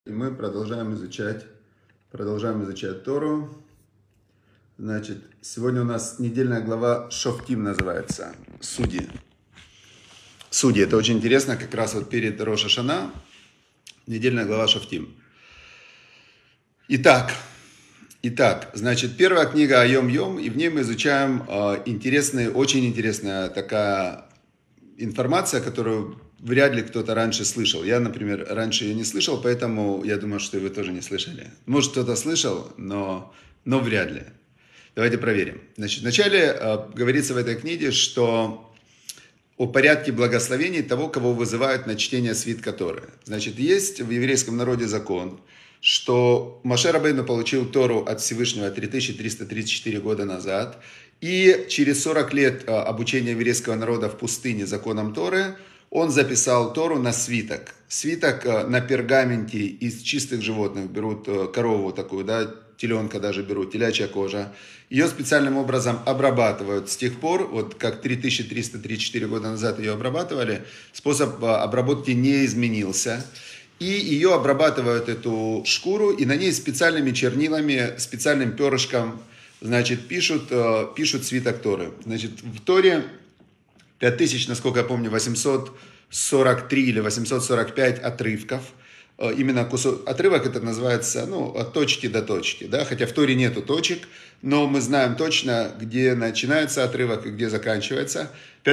И мы продолжаем изучать Тору. Значит, сегодня у нас недельная глава Шофтим называется. Судьи. Судьи. Это очень интересно, как раз вот перед Рош ха-Шана. Недельная глава Шофтим. Итак, значит, первая книга Айом-Йом, и в ней мы изучаем очень интересная такая информация, которую вряд ли кто-то раньше слышал. Я, например, раньше ее не слышал, поэтому я думаю, что вы тоже не слышали. Может, кто-то слышал, но вряд ли. Давайте проверим. Значит, вначале говорится в этой книге, что о порядке благословений того, кого вызывают на чтение свитка Торы. Значит, есть в еврейском народе закон, что Моше Рабейну получил Тору от Всевышнего 3334 года назад, и через 40 лет обучения еврейского народа в пустыне законам Торы он записал Тору на свиток. Свиток на пергаменте из чистых животных. Берут корову такую, да, теленка даже берут, телячья кожа. Ее специальным образом обрабатывают. С тех пор, вот как 3334 года назад ее обрабатывали, способ обработки не изменился. И ее обрабатывают, эту шкуру, и на ней специальными чернилами, специальным перышком, значит, пишут свиток Торы. Значит, в Торе 5000, насколько я помню, 843 или 845 отрывков. Именно отрывок это называется, от точки до точки, да, хотя в Торе нету точек, но мы знаем точно, где начинается отрывок и где заканчивается.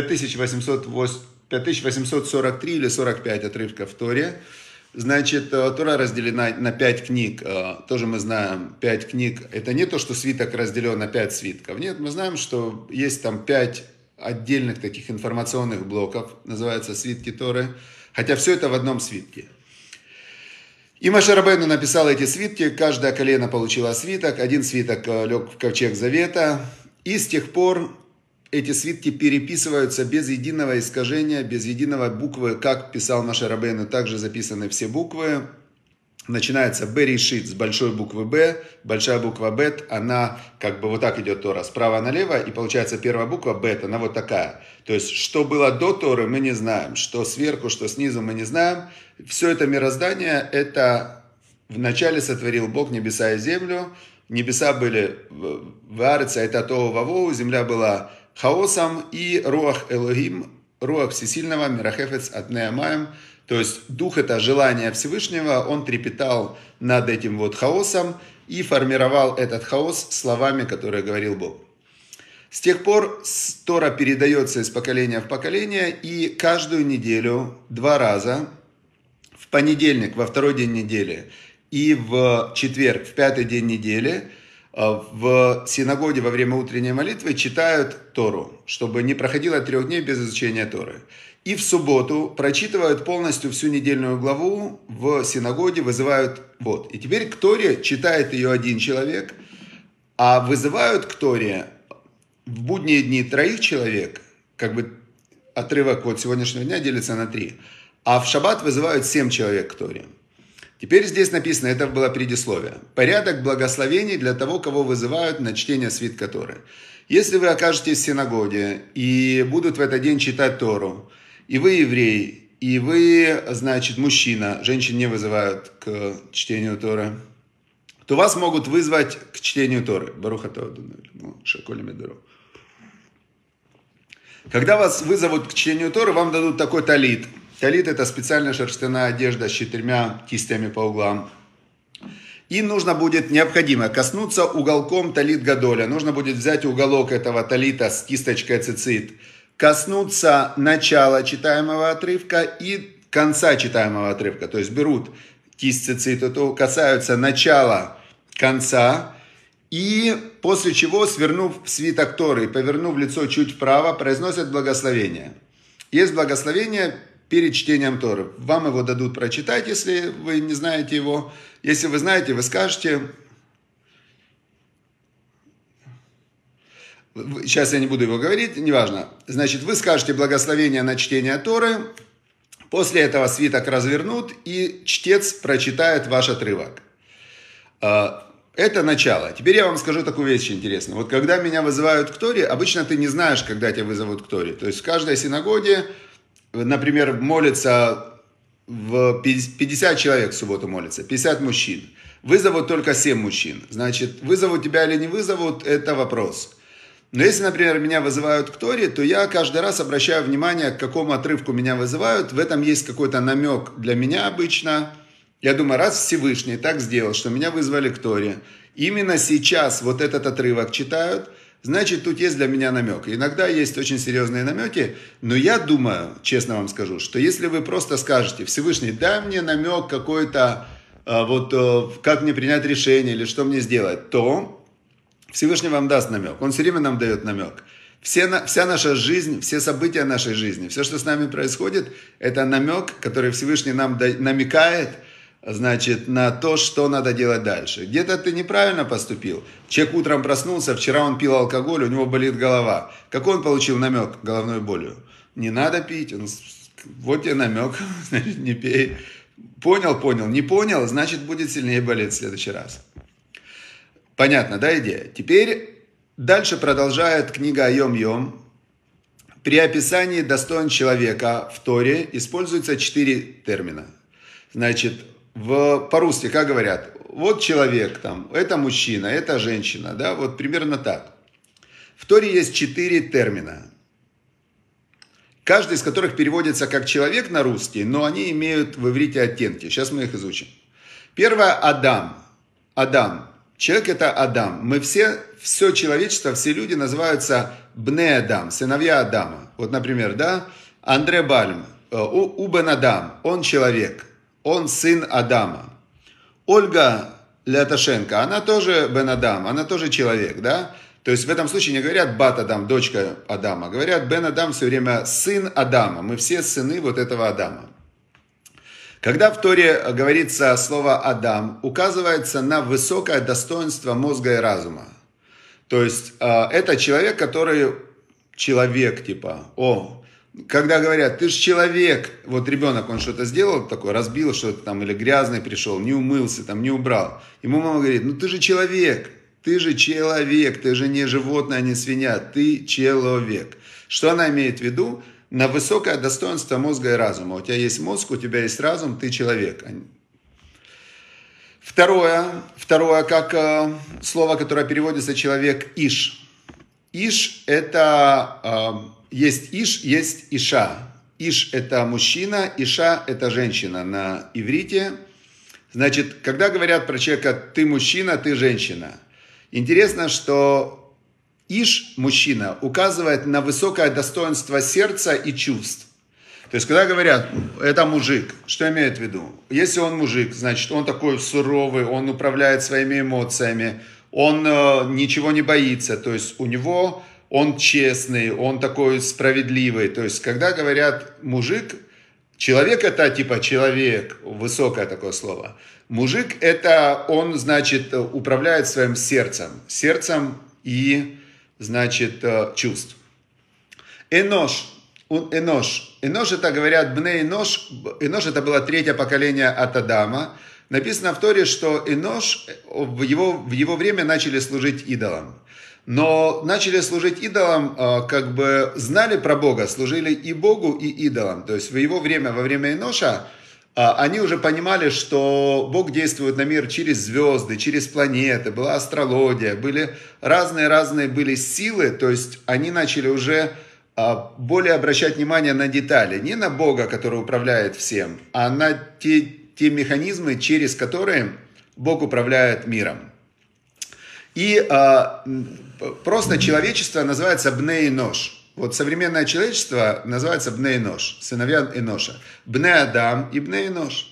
5843 или 45 отрывков в Торе. Значит, Тора разделена на 5 книг. Тоже мы знаем, 5 книг. Это не то, что свиток разделен на 5 свитков. Нет, мы знаем, что есть там 5 отдельных таких информационных блоков, называются свитки Торы. Хотя все это в одном свитке. И Моше Рабейну написал эти свитки, каждое колено получило свиток, один свиток лег в ковчег завета, и с тех пор эти свитки переписываются без единого искажения, без единого буквы, как писал Моше Рабейну, также записаны все буквы. Начинается Берешит с большой буквы Б, большая буква Бет, она как бы вот так идет Тора, справа налево, и получается первая буква Бет, она вот такая. То есть, что было до Торы, мы не знаем, что сверху, что снизу, мы не знаем. Все это мироздание, это вначале сотворил Бог небеса и землю. Небеса были в Аареце, это Тоу Вавоу, земля была хаосом, и Руах Элохим, Руах Всесильного, Мирахефец от Неамаем. То есть дух это желание Всевышнего, он трепетал над этим вот хаосом и формировал этот хаос словами, которые говорил Бог. С тех пор Тора передается из поколения в поколение, и каждую неделю 2 раза, в понедельник, во второй день недели, и в четверг, в 5-й день недели, в синагоге во время утренней молитвы читают Тору, чтобы не проходило 3 дней без изучения Торы. И в субботу прочитывают полностью всю недельную главу в синагоге, вызывают вот. И теперь к Торе читает ее один человек, а вызывают к Торе в будние дни 3 человек, как бы отрывок вот сегодняшнего дня делится на 3, а в шаббат вызывают 7 человек к Торе. Теперь здесь написано, это было предисловие, порядок благословений для того, кого вызывают на чтение свитка Торы. Если вы окажетесь в синагоге и будут в этот день читать Тору, и вы еврей, и вы, значит, мужчина, женщин не вызывают к чтению Торы, то вас могут вызвать к чтению Торы. Баруха Тоадуну, Шаколи Медору. Когда вас вызовут к чтению Торы, вам дадут такой талит. Талит это специальная шерстяная одежда с 4 кистями по углам. И нужно будет, необходимо коснуться уголком талит гадоля. Нужно будет взять уголок этого талита с кисточкой цицит, коснуться начала читаемого отрывка и конца читаемого отрывка. То есть берут кисть цицит, то касаются начала, конца, и после чего, свернув свиток Торы и повернув лицо чуть вправо, произносят благословение. Есть благословение перед чтением Торы. Вам его дадут прочитать, если вы не знаете его. Если вы знаете, вы скажете. Сейчас я не буду его говорить, неважно. Значит, вы скажете благословение на чтение Торы. После этого свиток развернут, и чтец прочитает ваш отрывок. Это начало. Теперь я вам скажу такую вещь интересную. Вот когда меня вызывают к Торе, обычно ты не знаешь, когда тебя вызовут к Торе. То есть в каждой синагоге, например, молится 50 человек в субботу молится, 50 мужчин. Вызовут только 7 мужчин. Значит, вызовут тебя или не вызовут, это вопрос. Но если, например, меня вызывают к Торе, то я каждый раз обращаю внимание, к какому отрывку меня вызывают. В этом есть какой-то намек для меня обычно. Я думаю, раз Всевышний так сделал, что меня вызвали к Торе, именно сейчас вот этот отрывок читают, значит, тут есть для меня намек. Иногда есть очень серьезные намеки, но я думаю, честно вам скажу, что если вы просто скажете: Всевышний, дай мне намек какой-то, как мне принять решение или что мне сделать, то Всевышний вам даст намек. Он все время нам дает намек. Вся наша жизнь, все события нашей жизни, все, что с нами происходит, это намек, который Всевышний нам намекает, значит, на то, что надо делать дальше. Где-то ты неправильно поступил. Человек утром проснулся, вчера он пил алкоголь, у него болит голова. Какой он получил намек головной болью? Не надо пить. Вот тебе намек, значит, не пей. Понял. Не понял, значит, будет сильнее болеть в следующий раз. Понятно, да, идея? Теперь дальше продолжает книга Йом-Йом. При описании достоинств человека в Торе используются 4 термина. Значит, по-русски, как говорят, вот человек, там, это мужчина, это женщина, да, вот примерно так. В Торе есть 4 термина, каждый из которых переводится как человек на русский, но они имеют в иврите оттенки. Сейчас мы их изучим. Первое – Адам. Адам. Человек – это Адам. Мы все человечество, все люди называются Бне Адам, сыновья Адама. Вот, например, да, Андре Бальм, Убен Адам, он человек. Он сын Адама. Ольга Ляташенко, она тоже Бен Адам, она тоже человек, да? То есть в этом случае не говорят Бат Адам, дочка Адама, говорят Бен Адам все время сын Адама. Мы все сыны вот этого Адама. Когда в Торе говорится слово Адам, указывается на высокое достоинство мозга и разума. То есть это человек, который человек, типа, когда говорят, ты же человек, вот ребенок, он что-то сделал такое, разбил что-то там, или грязный пришел, не умылся, там, не убрал. Ему мама говорит, ну ты же человек, ты же не животное, не свинья, ты человек. Что она имеет в виду? На высокое достоинство мозга и разума. У тебя есть мозг, у тебя есть разум, ты человек. Второе, как слово, которое переводится человек, иш. Иш это... Есть иш, есть иша. Иш – это мужчина, иша – это женщина на иврите. Значит, когда говорят про человека «ты мужчина, ты женщина», интересно, что иш, мужчина, указывает на высокое достоинство сердца и чувств. То есть, когда говорят «это мужик», что имеют в виду? Если он мужик, значит, он такой суровый, он управляет своими эмоциями, он ничего не боится, то есть у него... Он честный, он такой справедливый. То есть, когда говорят мужик, человек это типа человек, высокое такое слово. Мужик это он, значит, управляет своим сердцем и, значит, чувств. Энош это говорят бне Энош. Энош это было 3-е поколение от Адама. Написано в Торе, что Энош в его время начали служить идолам. Но начали служить идолам, как бы знали про Бога, служили и Богу, и идолам. То есть в его время, во время Эноша, они уже понимали, что Бог действует на мир через звезды, через планеты, была астрология, были разные были силы. То есть они начали уже более обращать внимание на детали. Не на Бога, который управляет всем, а на те механизмы, через которые Бог управляет миром. И просто человечество называется Бне Энош. Вот современное человечество называется Бне Энош, сыновья Эноша. Бне Адам и Бне Энош.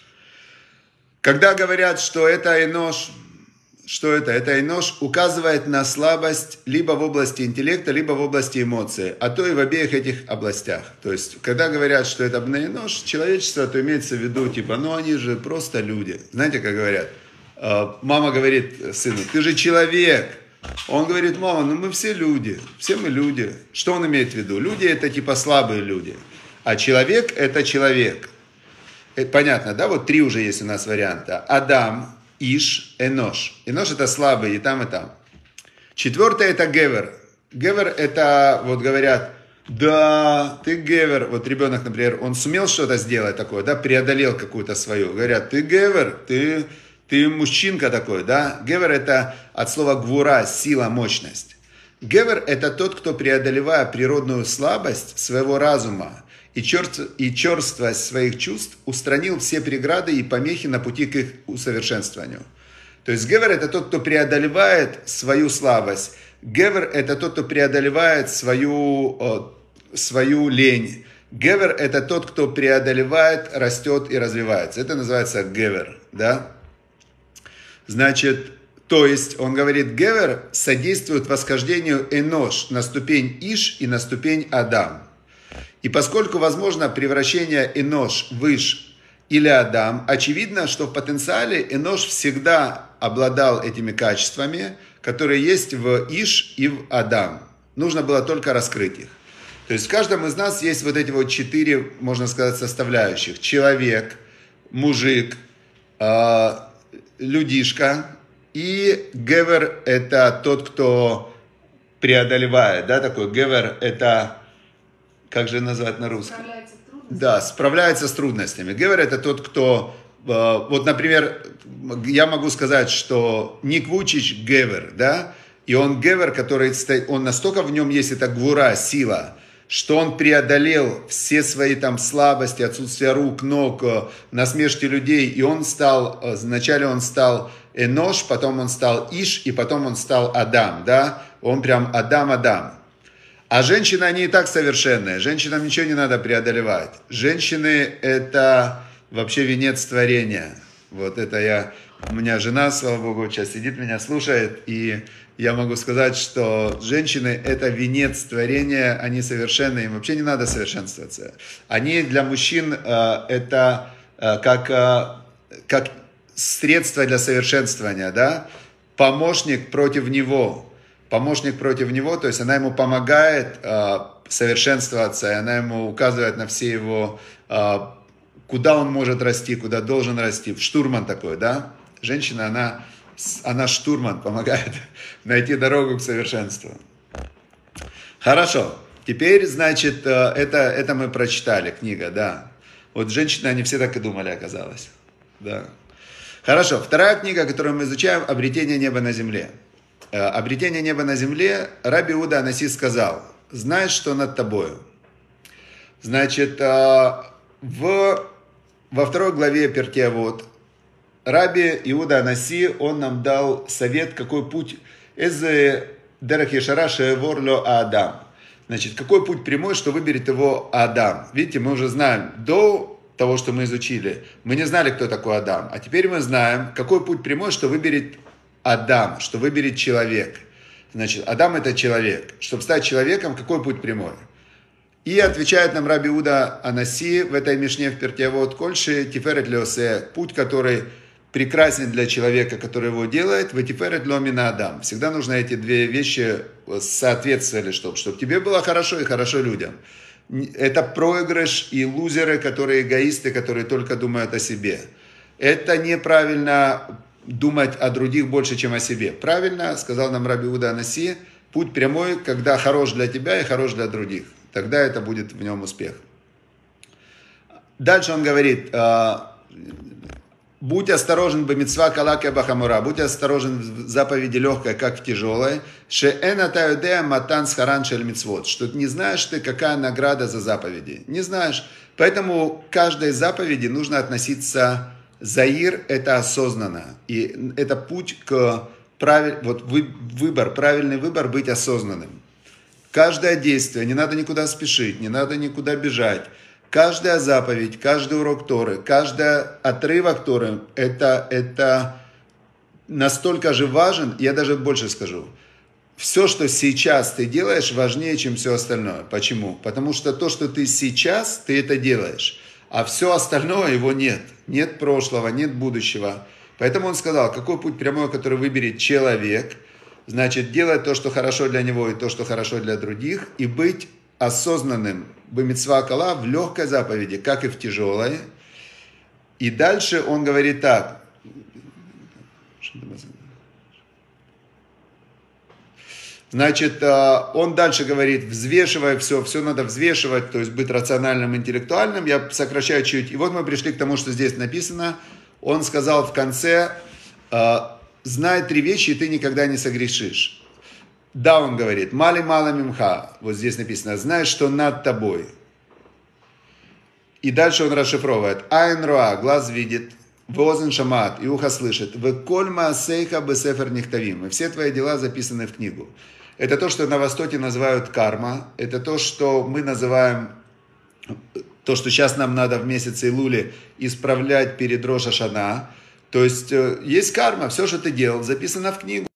Когда говорят, что это Энош, что это? Это Энош указывает на слабость либо в области интеллекта, либо в области эмоций, а то и в обеих этих областях. То есть, когда говорят, что это Бне Энош, человечество, то имеется в виду, типа, ну они же просто люди. Знаете, как говорят? Мама говорит сыну, ты же человек. Он говорит, мама, ну мы все люди, все мы люди. Что он имеет в виду? Люди это типа слабые люди, а человек это человек. Это понятно, да? Вот 3 уже есть у нас варианта. Адам, Иш, Энош. Энош это слабый и там, и там. 4 это Гевер. Гевер это, вот говорят, Да, ты гевер, вот ребенок, например, он сумел что-то сделать такое, да, преодолел какую-то свою. Говорят, ты гевер, ты мужчинка такой, да. Гевер это от слова гвура, сила, мощность. Гевер это тот, кто, преодолевая природную слабость своего разума и черствость своих чувств, устранил все преграды и помехи на пути к их усовершенствованию. То есть гевер это тот, кто преодолевает свою слабость. Гевер это тот, кто преодолевает свою лень. Гевер это тот, кто преодолевает, растет и развивается. Это называется гевер, да? Значит, то есть он говорит, гевер содействует восхождению энош на ступень иш и на ступень адам. И поскольку возможно превращение энош в иш или адам, очевидно, что в потенциале энош всегда обладал этими качествами, которые есть в иш и в адам. Нужно было только раскрыть их. То есть в каждом из нас есть вот эти вот 4, можно сказать, составляющих. Человек, мужик, людишка. И гевер это тот, кто преодолевает. Да, такой гевер это, как же назвать на русском? Да, справляется с трудностями. Гевер это тот, кто, вот, например, я могу сказать, что Ник Вучич гевер, да, и он гевер, который, он настолько в нем есть эта гвура, сила, что он преодолел все свои там слабости, отсутствие рук, ног, насмешки людей, и он стал, вначале он стал энош, потом он стал иш, и потом он стал адам, да, он прям адам. А женщины, они и так совершенные, женщинам ничего не надо преодолевать. Женщины это вообще венец творения. Вот это у меня жена, слава богу, сейчас сидит, меня слушает, и я могу сказать, что женщины это венец творения, они совершенные, им вообще не надо совершенствоваться. Они для мужчин это как средство для совершенствования, да, помощник против него, то есть она ему помогает совершенствоваться, и она ему указывает на все его, куда он может расти, куда должен расти, штурман такой, да, женщина, она штурман, помогает найти дорогу к совершенству. Хорошо, теперь, значит, это мы прочитали, книга, да. Вот женщины, они все так и думали, оказалось, да. Хорошо, вторая книга, которую мы изучаем, «Обретение неба на земле». «Обретение неба на земле» Раби Иуда ха-Наси сказал, знаешь, что над тобою. Значит, во второй главе Перкей Авот Раби Иуда ха-Наси, он нам дал совет, какой путь, дерех ешара шеевор ло Адам. Значит, какой путь прямой, что выберет его Адам. Видите, мы уже знаем, до того, что мы изучили, мы не знали, кто такой Адам. А теперь мы знаем, какой путь прямой, что выберет Адам, что выберет человек. Значит, Адам это человек. Чтобы стать человеком, какой путь прямой? И отвечает нам Раби Иуда ха-Наси в этой мишне в Перкей Авот, кольши тиферет леосе, путь, который прекрасен для человека, который его делает, ветиферет ло мина Адам. Всегда нужно эти две вещи соответствовали, чтобы тебе было хорошо и хорошо людям. Это проигрыш и лузеры, которые эгоисты, которые только думают о себе. Это неправильно думать о других больше, чем о себе. Правильно, сказал нам Раби Иуда ха-Наси, путь прямой, когда хорош для тебя и хорош для других. Тогда это будет в нем успех. Дальше он говорит, будь осторожен бамитцва калаке бахамура, будь осторожен в заповеди легкой, как в тяжелой, шеэна таюдея матан схаран шель мицвот, что не знаешь ты, какая награда за заповеди. Не знаешь. Поэтому к каждой заповеди нужно относиться заир, это осознанно. И это путь к правильный выбор быть осознанным. Каждое действие, не надо никуда спешить, не надо никуда бежать. Каждая заповедь, каждый урок Торы, каждый отрывок Торы, это настолько же важен, я даже больше скажу. Все, что сейчас ты делаешь, важнее, чем все остальное. Почему? Потому что то, что ты сейчас, ты это делаешь. А все остальное его нет. Нет прошлого, нет будущего. Поэтому он сказал, какой путь прямой, который выберет человек, значит, делать то, что хорошо для него, и то, что хорошо для других, и быть осознанным бамитцва кала в легкой заповеди, как и в тяжелой. И дальше он говорит так. Значит, он дальше говорит, взвешивая все, все надо взвешивать, то есть быть рациональным, интеллектуальным. Я сокращаю чуть. И вот мы пришли к тому, что здесь написано. Он сказал в конце, знай 3 вещи, и ты никогда не согрешишь. Да, он говорит, мали-мала мимха, вот здесь написано, знай, что над тобой. И дальше он расшифровывает, айн роа, глаз видит, возен шамат, и ухо слышит, веколь маасейха бесефер нихтавим, и все твои дела записаны в книгу. Это то, что на Востоке называют карма, это то, что мы называем, то, что сейчас нам надо в месяце Илуле исправлять перед Рош ха-Шана. То есть есть карма, все, что ты делал, записано в книгу.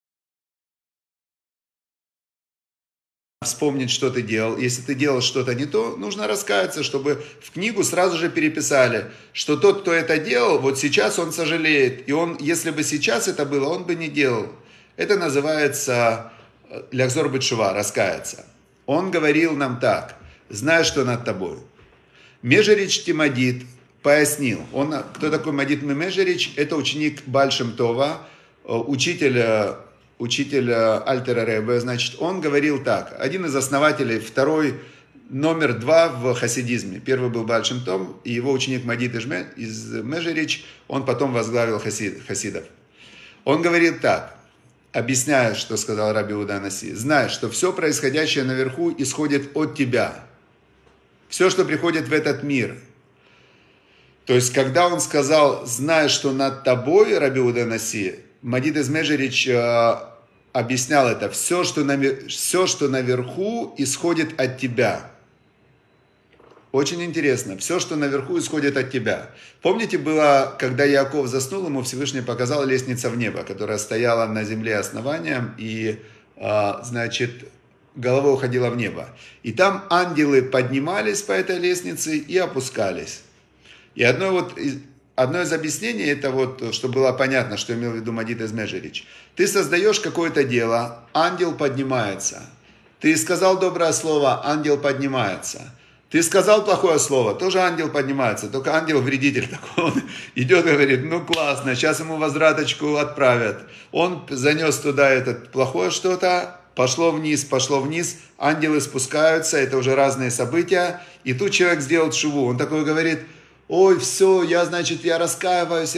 Вспомнить, что ты делал. Если ты делал что-то не то, нужно раскаяться, чтобы в книгу сразу же переписали, что тот, кто это делал, вот сейчас он сожалеет. И он, если бы сейчас это было, он бы не делал. Это называется ляхзор бет-шува, раскаяться. Он говорил нам так, знай, что над тобой. Межерич Тимадит пояснил, кто такой Мадит Межерич? Это ученик Бааль Шем Това, учитель Альтера Ребе. Значит, он говорил так, один из основателей, второй, номер 2 в хасидизме. Первый был Бааль Шем Тов, и его ученик Мадит из Межерич, он потом возглавил хасидов. Он говорит так, объясняя, что сказал Раби Иуда ха-Наси, знай, что все происходящее наверху исходит от тебя. Все, что приходит в этот мир. То есть, когда он сказал, знай, что над тобой, Раби Иуда ха-Наси, Мадит из Межерич объяснял это. Все, что наверху, исходит от тебя. Очень интересно. Все, что наверху, исходит от тебя. Помните, было, когда Яаков заснул, ему Всевышний показал лестницу в небо, которая стояла на земле основанием и, значит, головой уходила в небо. И там ангелы поднимались по этой лестнице и опускались. И одно из объяснений, это вот, чтобы было понятно, что имел в виду Мадит из Межерич. Ты создаешь какое-то дело, ангел поднимается. Ты сказал доброе слово, ангел поднимается. Ты сказал плохое слово, тоже ангел поднимается, только ангел-вредитель такой, он идет и говорит, ну классно, сейчас ему возвраточку отправят. Он занес туда это плохое что-то, пошло вниз, ангелы спускаются, это уже разные события, и тут человек сделал тшуву, он такой говорит, ой, все, я раскаиваюсь,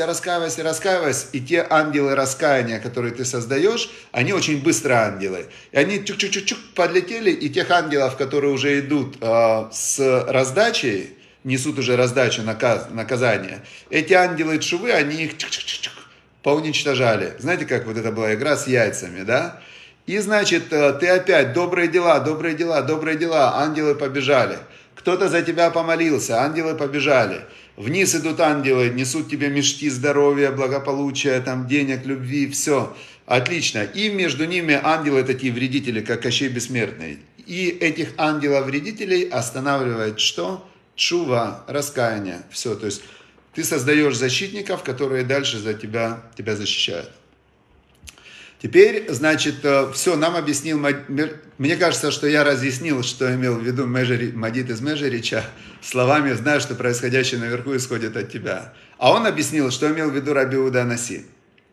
и те ангелы раскаяния, которые ты создаешь, они очень быстрые ангелы, и они чук-чук-чук подлетели, и тех ангелов, которые уже идут с раздачей, несут уже раздачу наказания, эти ангелы тшувы, они их чук-чук-чук поуничтожали. Знаете, как вот это была игра с яйцами, да? И, значит, ты опять, добрые дела, ангелы побежали. Кто-то за тебя помолился, ангелы побежали. Вниз идут ангелы, несут тебе мешки здоровья, благополучия, там, денег, любви, все. Отлично. И между ними ангелы такие вредители, как Кощей Бессмертный. И этих ангелов-вредителей останавливает что? Тшува, раскаяние. Все. То есть ты создаешь защитников, которые дальше за тебя защищают. Теперь, значит, все, нам объяснил, мне кажется, что я разъяснил, что имел в виду Мадит из Межерича, словами «знаю, что происходящее наверху исходит от тебя». А он объяснил, что имел в виду Раби Иуда ха-Наси.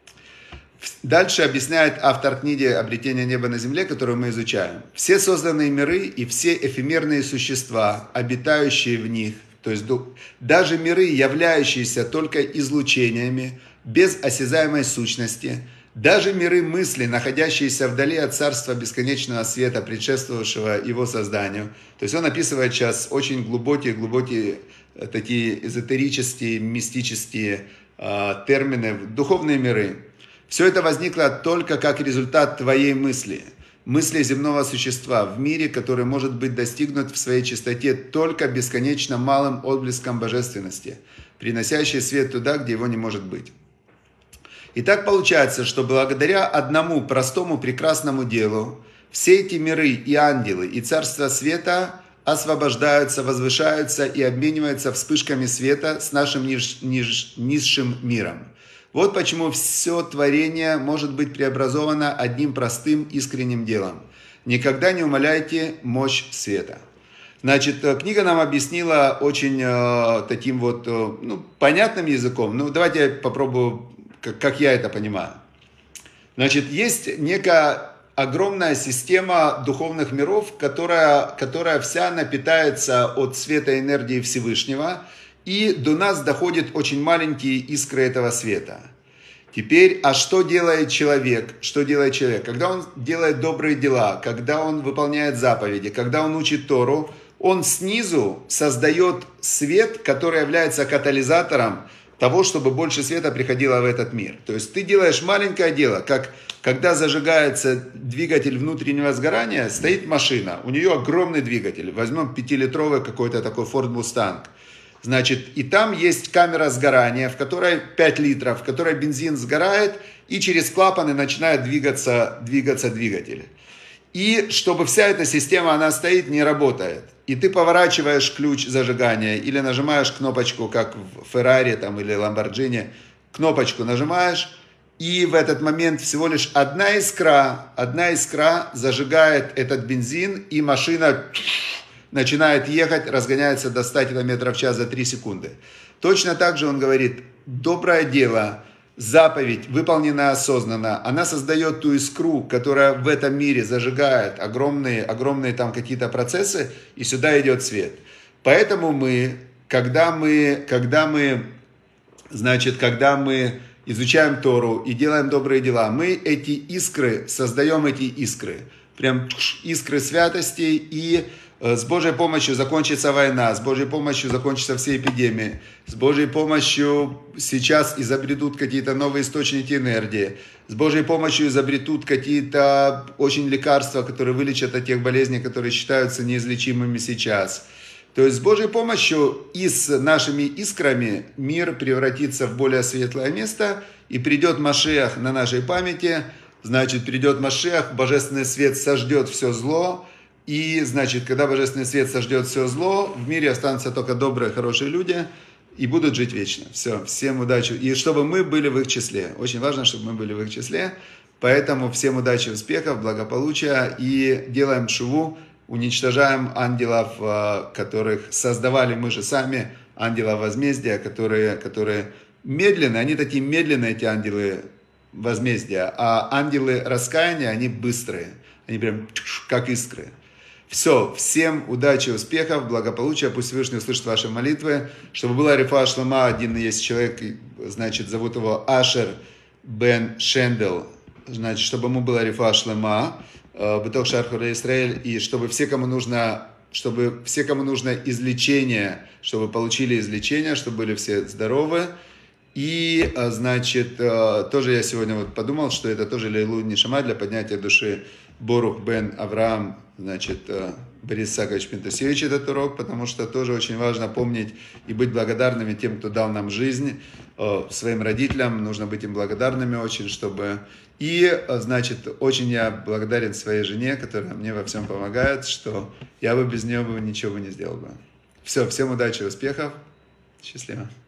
Дальше объясняет автор книги «Обретение неба на земле», которую мы изучаем. Все созданные миры и все эфемерные существа, обитающие в них, то есть даже миры, являющиеся только излучениями, без осязаемой сущности, даже миры мысли, находящиеся вдали от царства бесконечного света, предшествовавшего его созданию. То есть он описывает сейчас очень глубокие такие эзотерические, мистические термины, духовные миры. Все это возникло только как результат твоей мысли земного существа в мире, который может быть достигнут в своей чистоте только бесконечно малым отблеском божественности, приносящий свет туда, где его не может быть. И так получается, что благодаря одному простому прекрасному делу все эти миры и ангелы, и царство света освобождаются, возвышаются и обмениваются вспышками света с нашим низшим миром. Вот почему все творение может быть преобразовано одним простым искренним делом. Никогда не умаляйте мощь света. Значит, книга нам объяснила очень таким вот понятным языком. Давайте я попробую, как я это понимаю. Значит, есть некая огромная система духовных миров, которая вся напитается от света энергии Всевышнего, и до нас доходят очень маленькие искры этого света. Теперь, а что делает человек? Что делает человек? Когда он делает добрые дела, когда он выполняет заповеди, когда он учит Тору, он снизу создает свет, который является катализатором того, чтобы больше света приходило в этот мир. То есть ты делаешь маленькое дело, как когда зажигается двигатель внутреннего сгорания, стоит машина, у нее огромный двигатель, возьмем 5-литровый какой-то такой Ford Mustang. Значит, и там есть камера сгорания, в которой 5 литров, в которой бензин сгорает, и через клапаны начинает двигаться двигатель. И чтобы вся эта система, она стоит, не работает. И ты поворачиваешь ключ зажигания или нажимаешь кнопочку, как в Феррари там, или Ламборджини, кнопочку нажимаешь, и в этот момент всего лишь одна искра зажигает этот бензин, и машина начинает ехать, разгоняется до 100 км в час за 3 секунды. Точно так же он говорит, доброе дело, заповедь, выполненная осознанно, она создает ту искру, которая в этом мире зажигает огромные там какие-то процессы, и сюда идет свет. Поэтому когда мы изучаем Тору и делаем добрые дела, мы эти искры, создаем эти искры, прям искры святости, и с Божьей помощью закончится война, с Божьей помощью закончатся все эпидемии, с Божьей помощью сейчас изобретут какие-то новые источники энергии, с Божьей помощью изобретут какие-то очень лекарства, которые вылечат от тех болезней, которые считаются неизлечимыми сейчас. То есть с Божьей помощью и с нашими искрами мир превратится в более светлое место, и придет Машиах на нашей памяти, значит, придет Машиах, божественный свет сожжет все зло. И, значит, когда божественный свет сожжет все зло, в мире останутся только добрые, хорошие люди и будут жить вечно. Все, всем удачи. И чтобы мы были в их числе. Очень важно, чтобы мы были в их числе. Поэтому всем удачи, успехов, благополучия. И делаем шуву, уничтожаем ангелов, которых создавали мы же сами, ангелов возмездия, которые медленные, они такие медленные, эти ангелы возмездия. А ангелы раскаяния, они быстрые. Они прям как искры. Все, всем удачи, успехов, благополучия, пусть Всевышний услышит ваши молитвы, чтобы была рефуа шлема, один есть человек, значит, зовут его Ашер бен Шендел, значит, чтобы ему была рефуа шлема, быток шархура Исраэль, и чтобы все, кому нужно излечение, чтобы получили излечение, чтобы были все здоровы. И, значит, тоже я сегодня вот подумал, что это тоже лейлу нишама для поднятия души Борух бен Авраам, значит, Борис Исаакович Пентасевич этот урок, потому что тоже очень важно помнить и быть благодарными тем, кто дал нам жизнь, своим родителям, нужно быть им благодарными очень, чтобы... И, значит, очень я благодарен своей жене, которая мне во всем помогает, что я бы без нее ничего бы не сделал бы. Все, всем удачи, успехов, счастливо.